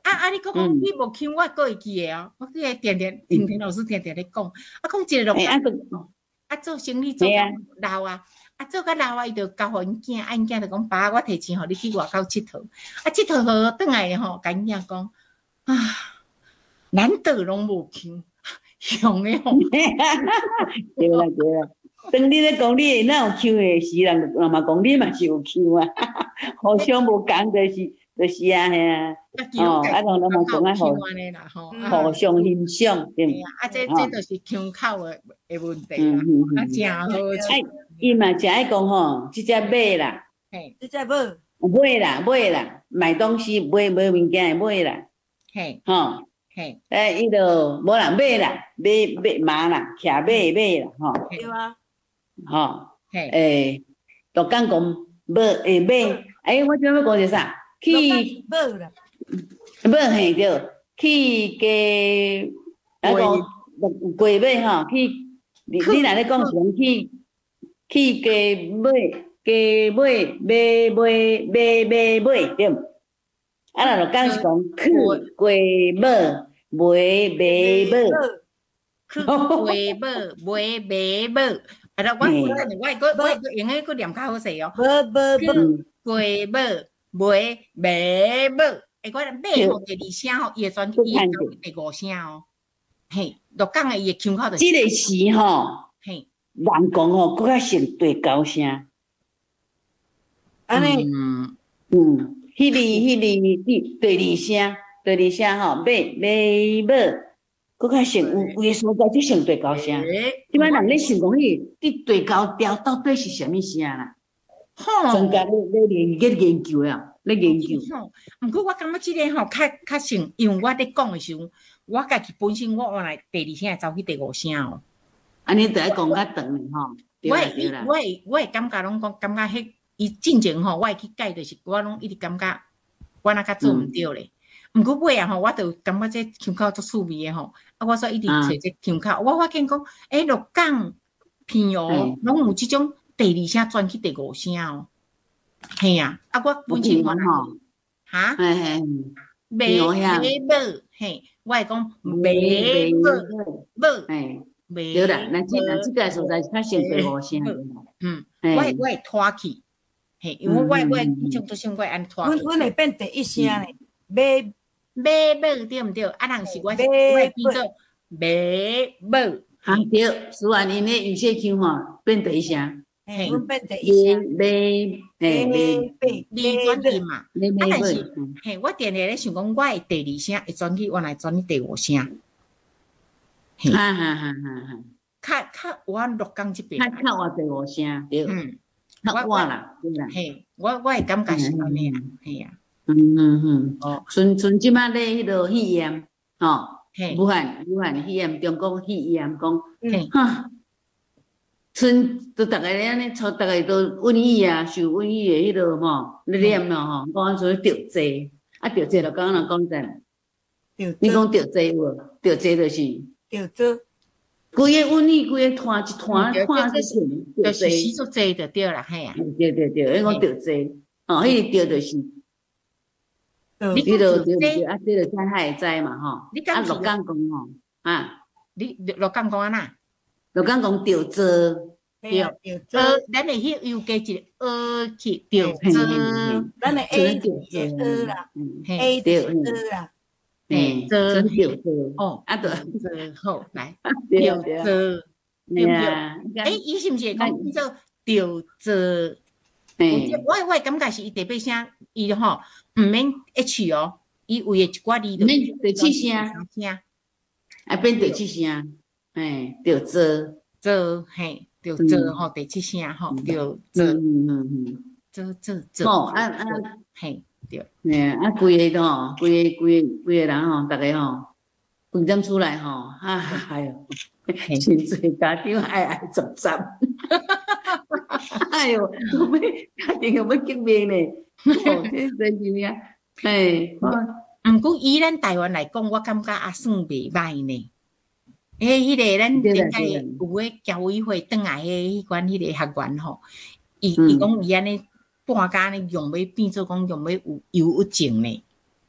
啊啊！你讲讲你无听，我个会记诶哦。我记个点点婷婷老师点点咧讲，啊讲一个落工，啊做生理做甲老啊，啊做甲老啊，伊就交互因囝，啊因囝就讲爸，我提钱互你去外口佚佗，啊佚佗好转来吼，甲因囝讲啊，难得拢无听，凶诶吼。 对啦对啦，当你咧讲你哪有听诶时，人人嘛讲你嘛是有听啊，互相无讲就是。就是啊，嘿啊，哦，啊，让咱嘛讲啊，互互相欣赏，对啊，啊，这这都是腔口的的问题啦，啊，真好。 哎，伊嘛真爱讲吼，即只马啦， 嘿，即只马， 马啦，马啦，买东西买买物件的马啦， 嘿， 吼， 嘿， 哎，伊就无人马啦，马马马啦，骑马的马啦，吼， 对啊， 吼，嘿，诶，就讲讲马诶马，哎，我怎要讲是啥？去马啦， 马嘿着去加那个过马吼，去你你若咧讲讲去去加马加马马马马马马对，啊，若就讲是讲去过马买马马， 去过马买马马，啊，我我我个我个用个个念较好势哦， 马马马过马。买买买，诶，我买吼第二声吼，伊会转去伊会转去第五声哦。嘿，落讲诶，伊诶腔口就是。 即个时吼， 嘿， 人讲吼，佫较成对高声。 安尼， 嗯嗯，迄个迄个第第二声，第二声吼，买买买，佫较成有有诶所在就成对高声。即摆人咧想讲迄伫对高调到底是啥物声啦？专家咧咧研咧研究啊，咧研究。 毋过我感觉即个吼，较较像，因为我咧讲诶时候，我家己本身我原来第二声会走去第五声哦。 安尼就爱讲较长咧吼。 我会我会我会感觉拢讲感觉迄伊进前吼，我会去改，就是我拢一直感觉我若较做毋对咧。毋过尾啊吼，我就感觉这腔口足趣味诶吼，啊，我说一直找这腔口，我发现讲，诶，鹿港片哦，拢有即种。第二声转去第五声哦，嘿啊，啊我本身我吼，哈， 嘿嘿， 买买买，嘿，我会讲买买买， 嘿，对啦，咱即咱即个所在较成第五声， 嗯，我会我会拖去，嘿，因为我我迄种都想我按拖。 阮阮会变第一声咧，买买买对毋对？啊，人是我是我会变做买买， 哈对，虽然因咧有些腔吼变第一声。 嘿，阮变第一声， 买嘿买你转去嘛，啊，但是嘿，我定定咧想讲，我的第二声会转去，原来转去第五声， 哈哈哈哈哈，较较我鹿港这边， 较较我第五声，对，嗯，较我啦，对啦， 嘿，我我会感觉是安尼啦，嘿啊， 嗯嗯嗯，哦，像像即摆咧迄落戏院，吼，武汉武汉戏院，中国戏院讲，哈。村都逐个咧安尼，操，逐个都瘟疫啊，受瘟疫诶，迄落吼，咧念咯吼，讲所以着济，啊着济就讲人讲在，你讲着济无？着济就是着济， 规个瘟疫，规个团一团看一群， 就是死足济就对啦，嘿啊， 对对对，迄讲着济，哦，迄个着就是，你落着着啊，这个灾害会知嘛吼，啊鹿港讲吼，啊， 你鹿港讲安那？ 鹿港讲着济。 对，呃， 咱诶迄又加一个呃去着济， 咱诶 A 着济啦，嘿，着济啦， 嘿，着济哦，啊着济好来，着济，对不对？诶，伊是毋是讲叫做着济？我我感觉是伊第八声，伊吼毋免 H 哦，伊为诶一寡字就第七声，啊变第七声，诶，着济， 济嘿。着做吼第七声吼，着做，嗯嗯嗯，做做做， 吼啊啊， 嘿，对， 嘿啊，规个吼，规个规个规个人吼，逐个吼，分点出来吼，啊，哎哟，真侪家长哀哀杂杂，哎哟，我要家庭又要革命呢，哦，这真是啊，哎， 毋过以咱台湾来讲，我感觉也算袂歹呢。诶，迄个咱顶下有诶侨委会转来诶，迄款迄个学员吼，伊伊讲伊安尼半家呢用要变做讲用要有忧郁症呢。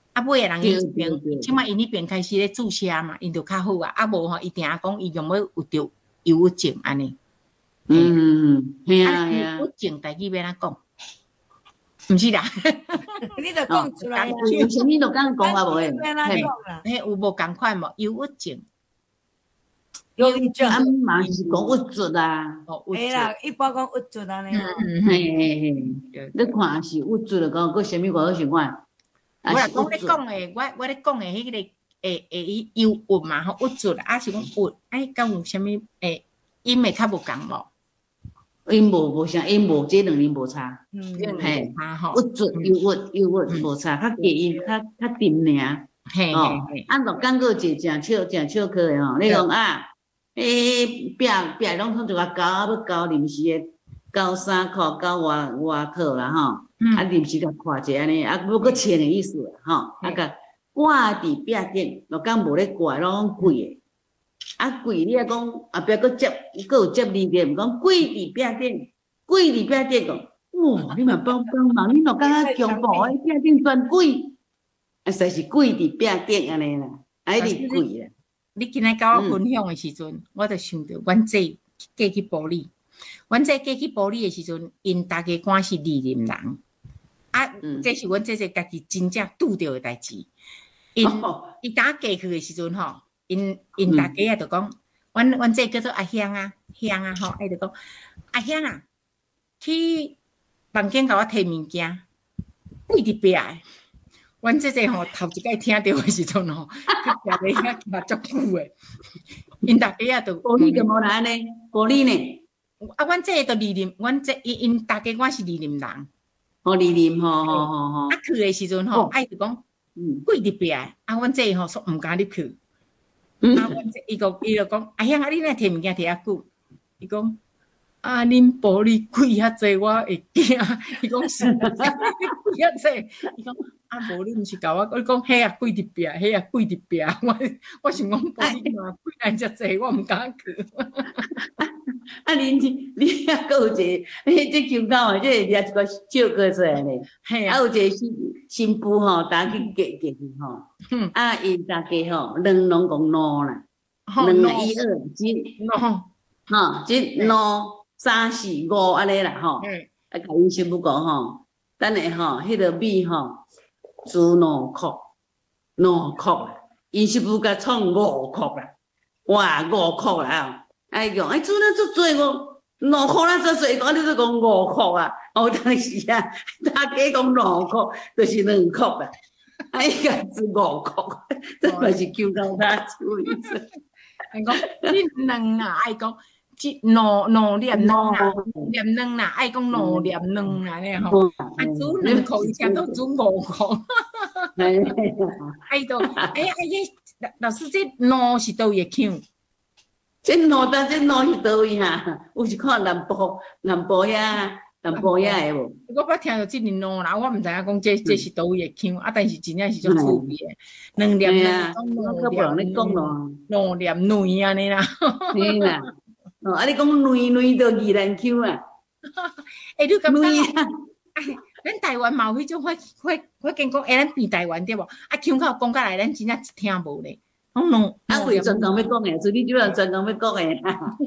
啊，尾个人伊迄边，即摆因迄边开始咧注射嘛，因就较好啊。啊无吼，伊定讲伊用要有着忧郁症安尼。 嗯嗯嗯，系啊系啊。忧郁症代志要安怎讲？毋是啦， 你著讲出来啊！ 有啥物都敢讲啊无诶？ 嘿， 嘿，有无共款无？忧郁症。 忧郁症， 啊嘛是讲郁卒啊。 哦， 嘿啦，一般讲郁卒安尼咯。 嘿嘿嘿，你看是郁卒了，讲佫啥物外好想看？ 我啦讲咧讲诶，我我咧讲诶，迄个诶诶忧郁嘛吼，郁卒啊是讲郁，哎，敢有啥物诶音会较无共无？ 因无无啥，因无这两年无差， 嗯， 嘿， 差吼， 郁卒忧郁忧郁无差，较低音较较沉尔。 嘿嘿嘿， 啊，落感觉一诚笑诚笑科诶吼，你讲啊，诶，壁壁拢通一个交啊，要交临时诶，交衫裤，交外外套啦吼，啊临时甲看者安尼，啊要搁穿诶意思啦吼，啊甲挂伫壁顶，落感无咧挂，拢贵诶。啊贵，你啊讲后壁佫接，佫有接二点，讲贵伫壁顶，贵伫壁顶讲，哇！你嘛帮帮忙，你嘛感觉强暴诶壁顶专贵，啊，实是贵伫壁顶安尼啦，啊，一直贵啦。 你今日甲我分享诶时阵，我就想着阮姐嫁去埔里，阮姐嫁去埔里诶时阵，因大家管是二林人，啊，这是阮姐姐家己真正拄着诶代志。因伊当嫁去诶时阵吼。因因大家啊，就讲，阮阮这叫做阿香啊，香啊吼，伊就讲阿香啊，去房间甲我摕物件，跪伫壁诶。阮这这吼头一摆听到诶时阵吼，去壁咧遐徛足久诶。因大家啊，就玻璃就无人呢，玻璃呢？ 啊，阮这都二林，阮这因因大家我是二林人。 哦，二林，吼吼吼吼。 啊，去诶时阵吼，啊，伊就讲跪伫壁诶，啊，阮这吼说毋敢入去。啊！阮这伊个伊就讲，阿香啊，你若摕物件摕遐久？伊讲啊，恁玻璃贵遐济，我会惊。伊讲是，贵遐济。伊讲啊，无你毋是甲我，我讲迄啊贵伫壁，迄啊贵伫壁。我我想讲玻璃嘛贵来遮济，我毋敢去。 啊，恁你遐佫有一个，迄这腔口诶，这掠一个笑过出来咧。系啊，有一个新新妇吼，大家去嫁嫁去吼。嗯。啊，因大家吼，两拢讲喏啦，两个一二即喏，吼，即喏三四五安尼啦吼。嗯。啊，甲因新妇讲吼，等下吼，迄个米吼，煮两箍，两箍啦。因新妇甲创五箍啦，哇，五箍啦。哎讲，哎，做咱做做五两箍咱做做，讲你都讲五箍啊，哦，当时啊，大家讲两箍，就是两箍啦，哎呀，是五箍，这嘛是求到他注意思。 伊讲你两啊，爱讲即两两粒两啊，粒两啦，爱讲两粒两啦，咧吼，啊，煮两箍以前都煮五箍，哎呀，哎都，哎哎呀，老师这两是倒位抢？ 这两单这两是倒位哈？有是看南部南部遐南部遐诶无？ 我捌听到即两两啦，我毋知影讲这这是倒位诶抢，啊，但是真正是足趣味诶，两粒两， 两粒两， 两粒卵安尼啦。 嘿啦，哦，啊你讲卵卵都宜兰抢啊？ 诶，你感觉？哎，咱台湾嘛有迄种，我我我见讲，诶，咱变台湾对无？啊，腔口讲甲来，咱真正一听无咧。哦喏， 啊，为专工要讲诶，所以你即阵专工要讲诶，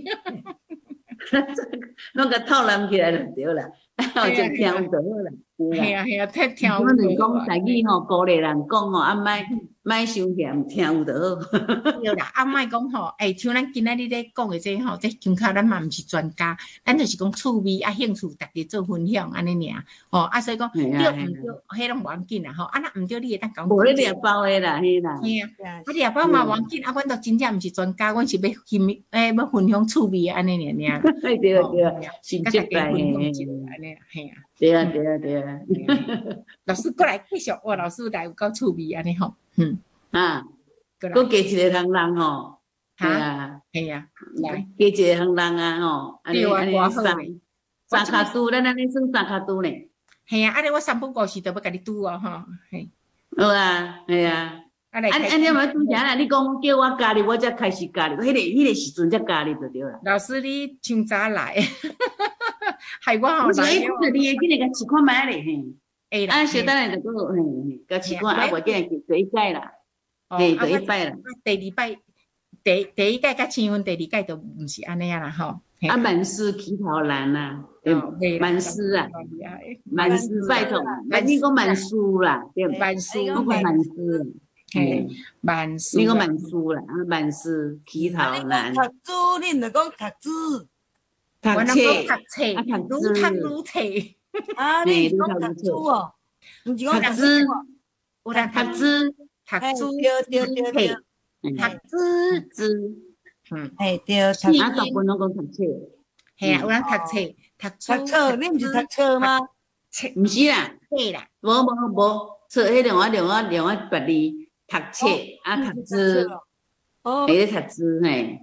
拢甲套揽起来就对啦，啊，就听有就好啦。 系啊系啊，听听有。 我们讲台语吼，鼓励人讲吼，啊，莫莫伤嫌，听有就好。 对啦，啊，莫讲吼，诶，像咱今仔日咧讲诶这吼，这腔口咱嘛毋是专家，咱就是讲趣味啊，兴趣，大家做分享安尼尔。吼，啊，所以讲对毋对，迄拢无要紧啦，吼，啊，若毋对，你会当讲。 无咧掠包诶啦，嘿啦。 嘿啊，啊掠包嘛无要紧，啊，阮都真正毋是专家，阮是要欣诶要分享趣味安尼尔尔。 对对对，真正来嘿， 安尼嘿啊。 对啊对啊对啊。 老师过来继续，哇！老师来有够趣味安尼吼，嗯啊，搁加一个行人吼，系啊系啊，来加一个行人啊吼，安尼安尼三三卡拄，咱安尼算三卡拄呢。 系啊，安尼我三本故事都要甲你拄哦吼，系。 好啊，系啊。安安尼嘛拄啥啦？你讲叫我加入，我才开始加入，迄个迄个时阵才加入就对啦。 老师你伤早来，害我吼来。我是讲你，你个甲试看觅咧嘿。 A 啦。 啊，小等下就个嘿，甲试看啊，袂紧就一届啦，嘿，就一摆啦。 第二摆，第第一届甲青云，第二届就毋是安尼啊啦吼。 啊，万事起头难呐，对，万事啊，万事拜托，你讲万事啦，对， 万事， 我讲万事， 嘿，万事， 你讲万事啦，啊，万事起头难。 读书，恁就讲读书， 读册， 读册， 啊，读书，读书册。 啊，你讲读书哦，毋是讲读书， 有人读书，读书， 对对对对， 读书， 书。 嗯，哎对，读啊，大部分拢讲读册， 系啊，有人读册，读读册，你毋是读册吗？ 册，毋是啦， 册啦， 无无无，册迄另外另外另外别字，读册啊，读书， 哦， 会咧读书嘿，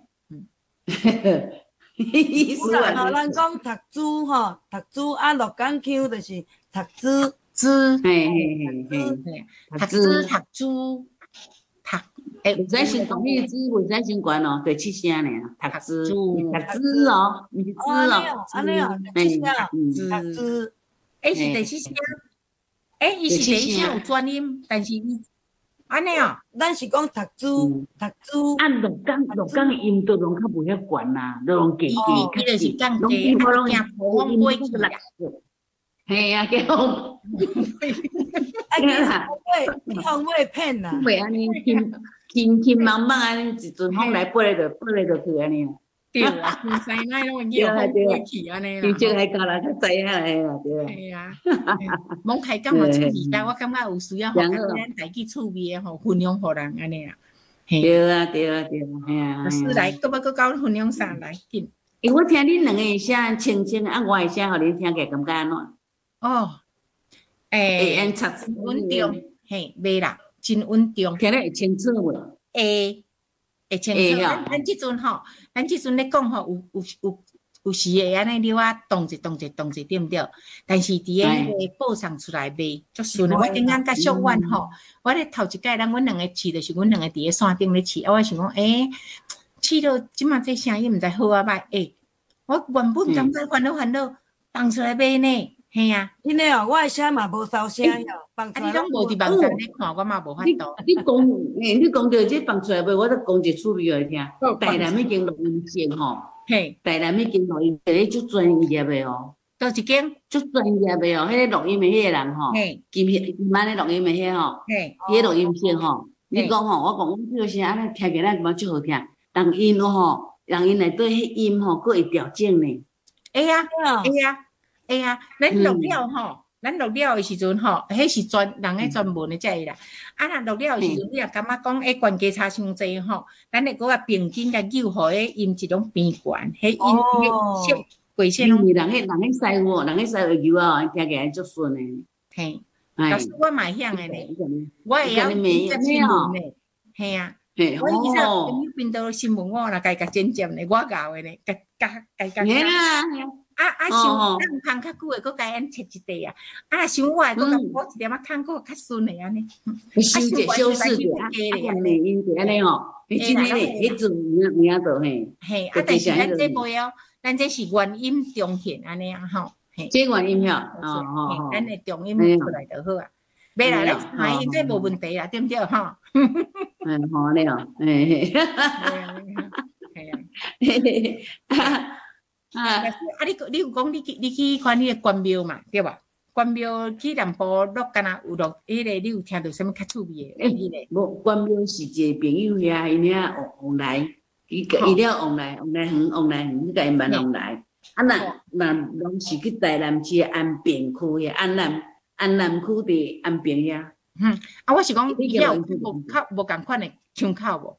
意思啊，人讲读书吼，读书啊，鹿港腔就是读书， 书， 嘿嘿嘿嘿， 读书读书。读， 诶，袂使先讲迄字，袂使先关哦，对七声尔，读书，读书哦，毋是字哦， 安尼哦， 嘿， 读书， 诶是第七声，诶伊是第一声有转音，但是伊安尼哦， 咱是讲读书，读书， 啊，鹿港鹿港诶音都拢较无遐悬啦，都拢低低， 伊就是降低， 拢拢惊普往过去啦。 嘿啊，叫风， 啊，你风风会骗啦， 袂安尼轻轻轻茫茫安尼，一阵风来飞咧就飞咧就去安尼。 对啊，唔使那拢叫风过去安尼啦。 你这来教人较知影诶啦，对啊。 系啊，罔开讲嘛趣味，但我感觉有需要互咱家己趣味诶吼，分享互人安尼啦。 对啊，对啊，对啊，嘿啊。 老师来，搁要搁教分享啥来紧？ 诶，我听恁两个声清清，啊，我诶声互恁听起来感觉安怎？ 哦，诶，稳重，嘿，袂啦，真稳重， 听咧会清楚袂？ 会会清楚。咱咱即阵吼，咱即阵咧讲吼，有有有有时会安尼溜啊，动一动一动一，对毋对？但是伫诶迄个报上出来卖足顺。我顶下甲小婉吼，我咧头一届，咱阮两个饲就是阮两个伫诶山顶咧饲，啊，我想讲，诶，饲到即马这声音毋知好啊歹，诶，我原本感觉烦恼烦恼，放出来卖呢。嘿啊， 真诶哦，我诶声嘛无收声哟，放出来。 啊，你拢无伫网站咧看，我嘛无法度。 你讲，诶，你讲着这放出来袂？我得讲一趣味互你听。台南已经录音室吼， 嘿， 台南已经录音室咧足专业诶哦。 倒一间足专业诶哦，迄个录音诶迄个人吼，今今晚咧录音诶迄吼，迄个录音室吼，你讲吼，我讲我这个声安尼听起来感觉足好听，人音吼，人音内底迄音吼，佫会调整呢。 会啊，会啊。会啊，咱录了吼，咱录了诶时阵吼，迄是专人诶专门诶才会啦。啊，咱录了诶时阵，你若感觉讲诶关节差伤济吼，咱会搁较平均甲扭互诶音质拢变悬，迄音迄线轨线拢。 人迄人迄师傅，人迄师傅摇啊，听起来足顺诶。 嘿，老师我嘛会晓诶咧，我会晓剪接新闻诶，嘿啊，我以前编编到新闻，我若家甲剪接咧，我教诶咧，甲甲甲甲。 嘿啦。 啊啊，想咱空较久诶，搁家咱切一块啊。啊，想我诶，搁甲补一点仔空，搁较顺诶安尼。 修者修饰者，啊，美音者安尼吼，迄真诶咧，迄阵名名倒嘿。 嘿，啊，但是咱这袂哦，咱这是原音重现安尼啊吼。 这原音晓，哦哦， 咱诶重音出来就好啊。袂啦，咱反应这无问题啦，对毋对吼？ 嗯，好咧哦，嘿嘿。 系啊，嘿嘿。啊！啊！你你有讲你去你去看迄个关庙嘛，对吧？关庙去南部录敢若有录迄个，你有听到什么较趣味诶？迄个无关庙是一个朋友遐，因遐往往来，伊伊了往来往来远往来远，迄个因蛮往来。啊，那那拢是去台南市安平区遐，安南安南区伫安平遐。 嗯，啊，我是讲伊了无较无共款诶腔口无？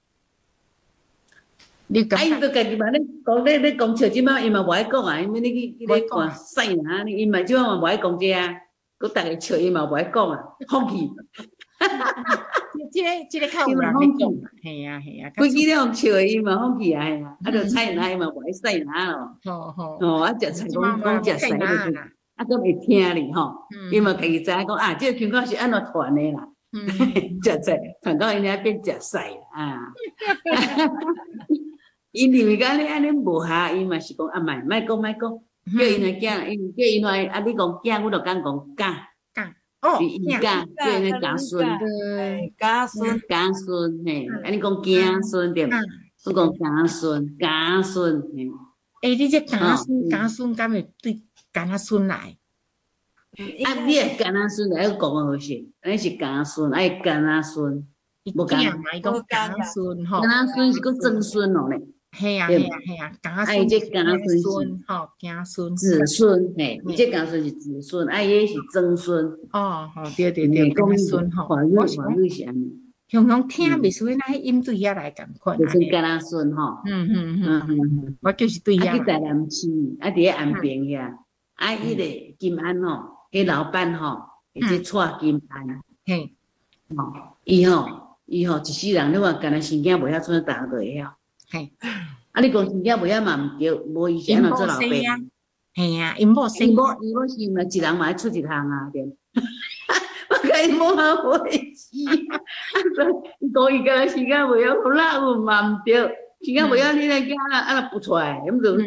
啊！伊都家己嘛咧讲咧咧讲笑，即摆伊嘛无爱讲啊，因为你去去咧看屎啊，伊嘛即摆嘛无爱讲这啊，佮逐个笑伊嘛无爱讲啊，放弃。 即个即个较有人咧讲，系啊系啊。 规日咧笑伊嘛放弃啊，系啊，啊，着菜哪伊嘛无爱屎哪咯。 吼吼。 哦，啊，食菜讲讲食屎就是，啊，佮袂听哩吼，伊嘛家己知影讲啊，即个情况是安怎传诶啦。食菜传到因遐变食屎啊。伊认为讲你安尼无下，伊嘛是讲啊，莫莫讲莫讲，叫因来囝，因叫因来啊，你讲囝，我着讲讲教， 教哦， 伊家做迄家孙， 对，家孙， 家孙嘿，安尼讲囝孙对，我讲家孙，家孙嘿。 诶，你这家孙家孙，敢会对家孙来？ 啊，你诶家孙来讲个好势，安尼是家孙，爱家孙， 无囝嘛，伊讲家孙吼， 家孙是个曾孙咯咧。 系啊系啊系啊，家孙， 哎，这家孙吼，家孙， 子孙嘿，伊这家孙是子孙，哎，伊是曾孙。 哦，吼，对对对，家孙吼， 我是讲是安尼。 雄雄听袂输那音对遐来共款。 就是家孙吼。 嗯嗯嗯嗯，我就是对遐。 啊，去台南市，啊，伫咧安平遐，啊，迄个金安吼，迄老板吼，伊即蔡金安， 嘿， 吼，伊吼，伊吼，一世人你话干那生囝袂晓做，大家都会晓。 嘿， 啊！你讲生囝袂晓嘛毋对，无伊是安怎做老爸？ 嘿啊，因某生， 因某因某是嘛，一人嘛爱出一项啊，对。我甲因某啊回死，啊！伊讲伊干生囝袂晓，好啦，有嘛毋对，生囝袂晓，你来囝啊啊不出来，毋对。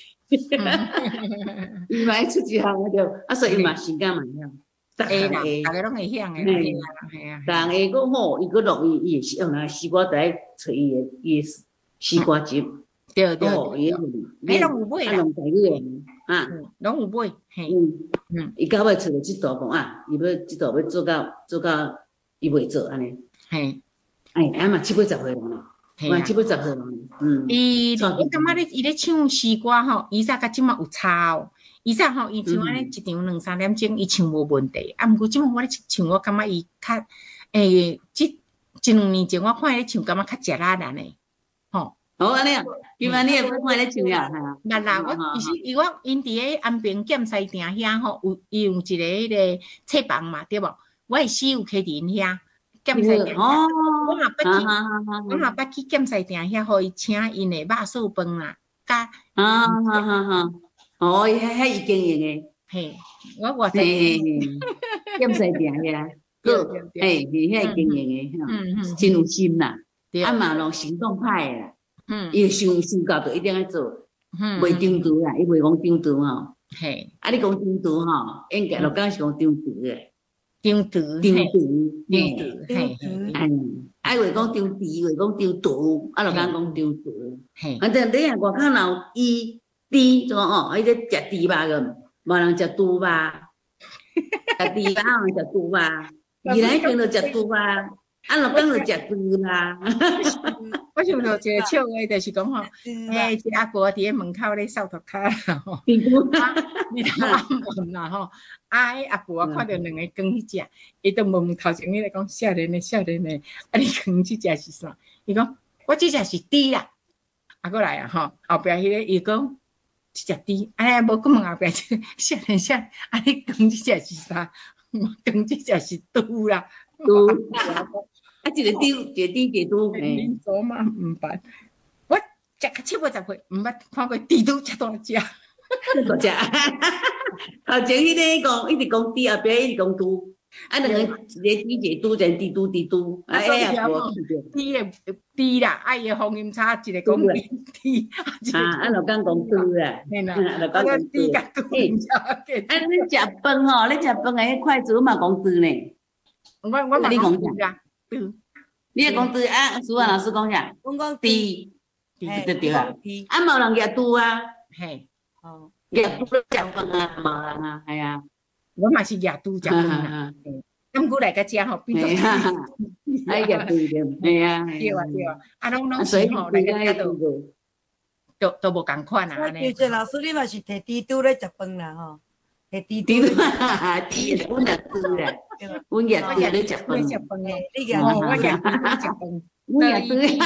伊嘛爱出一项啊对，啊所以伊嘛生囝嘛晓。 会啦，大家拢会晓诶，嘿啊嘿啊。 但下个好，伊个录伊伊会是用来西瓜在找伊诶伊诶西瓜汁。 对对对， 你拢有买啦， 啊， 拢有买，嘿， 嗯，伊到尾找着即道讲啊，伊要即道要做到做到，伊袂做安尼， 嘿， 哎，啊嘛七八十岁咯，嘛七八十岁咯，嗯， 伊，我感觉咧，伊咧唱诗歌吼，以前甲即马有差哦，以前吼，伊像安尼一场两三点钟，伊唱无问题，啊，毋过即马我咧唱，我感觉伊较，诶，即一两年前我看伊咧唱，感觉较食力安尼，吼。 哦，安尼啊，今晚你也不看咧唱呀？ 啦啦，我其实伊我因伫咧安平剑西店遐吼，有伊有一个迄个册房嘛，对无？我会死有去伫因遐剑西店遐，我嘛捌去，我嘛捌去剑西店遐，互伊请因的肉燥饭啦，甲啊哈哈哈，哦，遐遐伊经营的， 嘿，我我嘿嘿嘿，剑西店遐，个，嘿，是遐经营的，嗯嗯，真有心啦，啊嘛拢行动派的啦。嗯，伊想想到就一定要做，嗯，袂中途啦，伊袂讲中途吼。嘿，啊，你讲中途吼，应该落讲是讲中途诶， 中途，中途， 中途，嘿， 哎，啊，会讲中途，会讲中途，啊，落讲讲中途，嘿，反正你啊外口若有伊猪，就讲哦，伊咧食猪肉个，无人食猪肉，食猪肉人食猪肉，伊来边就食猪肉。啊，老公就食猪啦！ 我想到一个笑话，就是讲吼，诶，一个阿婆伫咧门口咧扫涂骹啦吼，你头暗问啦吼，啊，迄阿婆看到两个羹去食，伊就问头前迄个讲少年的少年的，啊，你羹去食是啥？伊讲我即只是猪啦，啊，过来啊吼，后壁迄个伊讲即只猪，哎，无讲问后壁即个少年少，啊，你羹即只是啥？我羹即只是猪啦， 猪。啊，一个猪，一个猪，一个猪， 民族嘛毋捌。我食较七八十岁，毋捌看过猪猪遮大只。 大只，头前迄个讲一直讲猪，后壁一直讲猪，啊，两个一个猪一个猪，一个猪猪猪猪，啊，哎呀，无猪的猪啦，啊，伊个方音差一个讲猪， 啊，啊，老讲讲猪啦， 老讲讲猪甲猪。 啊，你食饭吼，你食饭个迄筷子嘛讲猪呢？ 我我嘛讲猪啦。 你也讲对啊，苏啊老师讲啥？ 讲讲对，对对啊。啊，冇人举猪啊， 嘿， 哦，举猪食饭啊，冇人啊，系啊。 我嘛是举猪食饭啊，咁过来个食吼，变做哎呀，对对，系啊， 对啊对啊，啊，拢拢是吼，来个都都都无共款啊，安尼。 谢老师，你嘛是摕猪猪咧食饭啦吼，摕猪猪，猪，阮也猪啦。阮也猪咧食饭， 食饭诶， 你也哦，我也猪咧食饭， 阮也猪。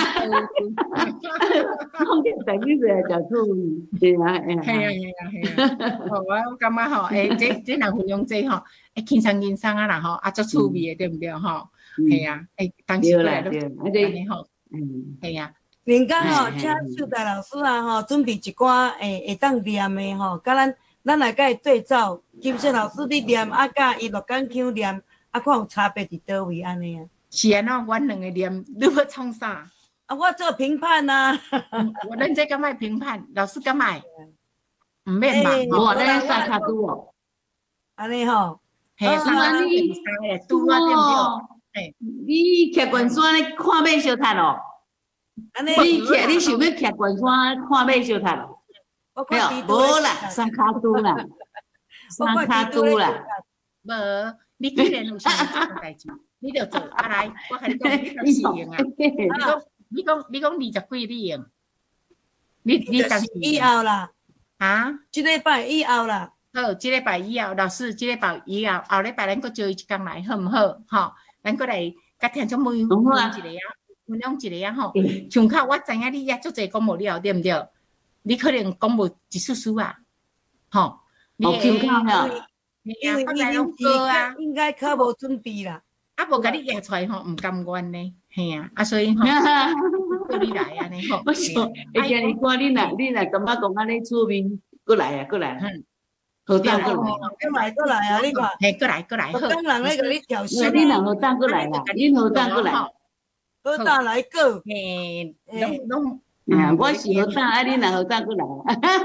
讲着第几岁食猪？对啊， 系啊系啊系啊。好啊，我感觉吼，诶，这这若分享这吼，诶，轻松轻松啊啦吼，啊，足趣味诶，对毋对吼？系啊，诶，当时过来都安尼吼，嗯，系啊。 另外吼，请秀才老师啊吼，准备一寡诶会当念诶吼，甲咱。咱来甲伊对照，金色老师你念啊，甲伊乐感腔念啊，看有差别伫倒位安尼啊？ 是安怎？阮两个念，你要创啥？ 啊，我做评判啊。 我咱这敢爱评判，老师敢爱？毋免嘛， 我咧刷卡拄哦。 安尼吼， 嘿，三三四点三嘞，拄啊对毋对？嘿， 你徛悬山咧看马相踢咯？ 安尼， 你徛你想要徛悬山看马相踢咯？没有，无啦，三卡拄啦，三卡拄啦。 无，你既然有想做代志，你就做。啊来，我甲你讲，你当时用啊。你讲，你讲，你讲二十几你用？你你当时以后啦， 啊？ 即礼拜以后啦。 好，即礼拜以后，老师，即礼拜以后，后礼拜咱佫招伊一工来，好毋好？吼，咱佫来甲听众朋友分享一个啊，分享一个啊，吼。像较我知影你也足侪讲无了，对毋对？你可能讲无一丝丝啊，吼。 哦，听看呀。 因为你恁啊，应该较无准备啦。 啊，无甲你约出来吼，毋甘愿呢，嘿啊，啊，所以吼，叫你来安尼吼。 我想，会惊你看你若你若感觉讲安尼出面，过来啊，过来。好当过来， 过来过来啊！你看， 嘿，过来过来，好。 当人咧，甲你调戏。 你若好当过来啦，恁好当过来。 好当来过。 嘿，拢拢。 啊，我是好当，啊，恁若好当过来。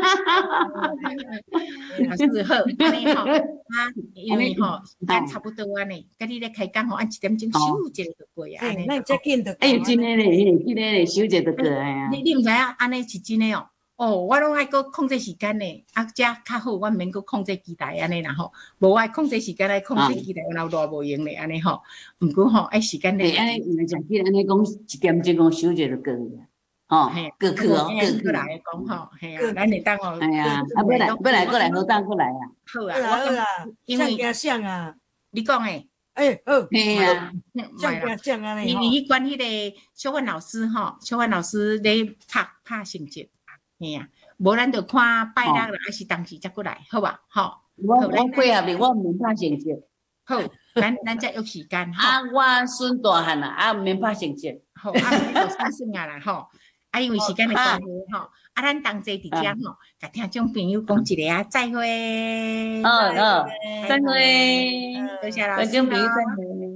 是好，安尼吼，啊，因为吼时间差不多安尼，甲你咧开讲吼，按一点钟收一个就过啊，安尼。 那这紧就。 哎呦，真诶咧，真诶咧，收一个就过啊。 你你毋知影，安尼是真诶哦。哦，我拢爱搁控制时间呢，啊，遮较好，我毋免搁控制机台安尼啦吼。无爱控制时间，爱控制机台，然后偌无用咧安尼吼。毋过吼，爱时间咧。 安尼毋是讲起安尼讲一点钟讲收一个就过去啊。吼，过去哦，过去来讲吼，嘿啊，咱会当哦。 哎呀，啊，要来要来过来，好当过来啊。 好啊， 好啊， 因为像像啊。 你讲诶。 哎，好， 嘿啊， 像像啊你你管迄个小范老师吼，小范老师咧拍拍成绩。嘿啊，无咱就看拜六啦，还是当时才过来，好吧？吼， 我我配合你，我毋免拍成绩。 好，咱咱再约时间。 啊，我孙大汉啦，啊，毋免拍成绩。 好，啊，就算算啊啦，吼。啊，因为时间的关系，吼，啊，咱同齐伫遮吼，甲听众朋友讲一个啊，再会。 哦哦，再会。 多谢老师。 听众朋友再会。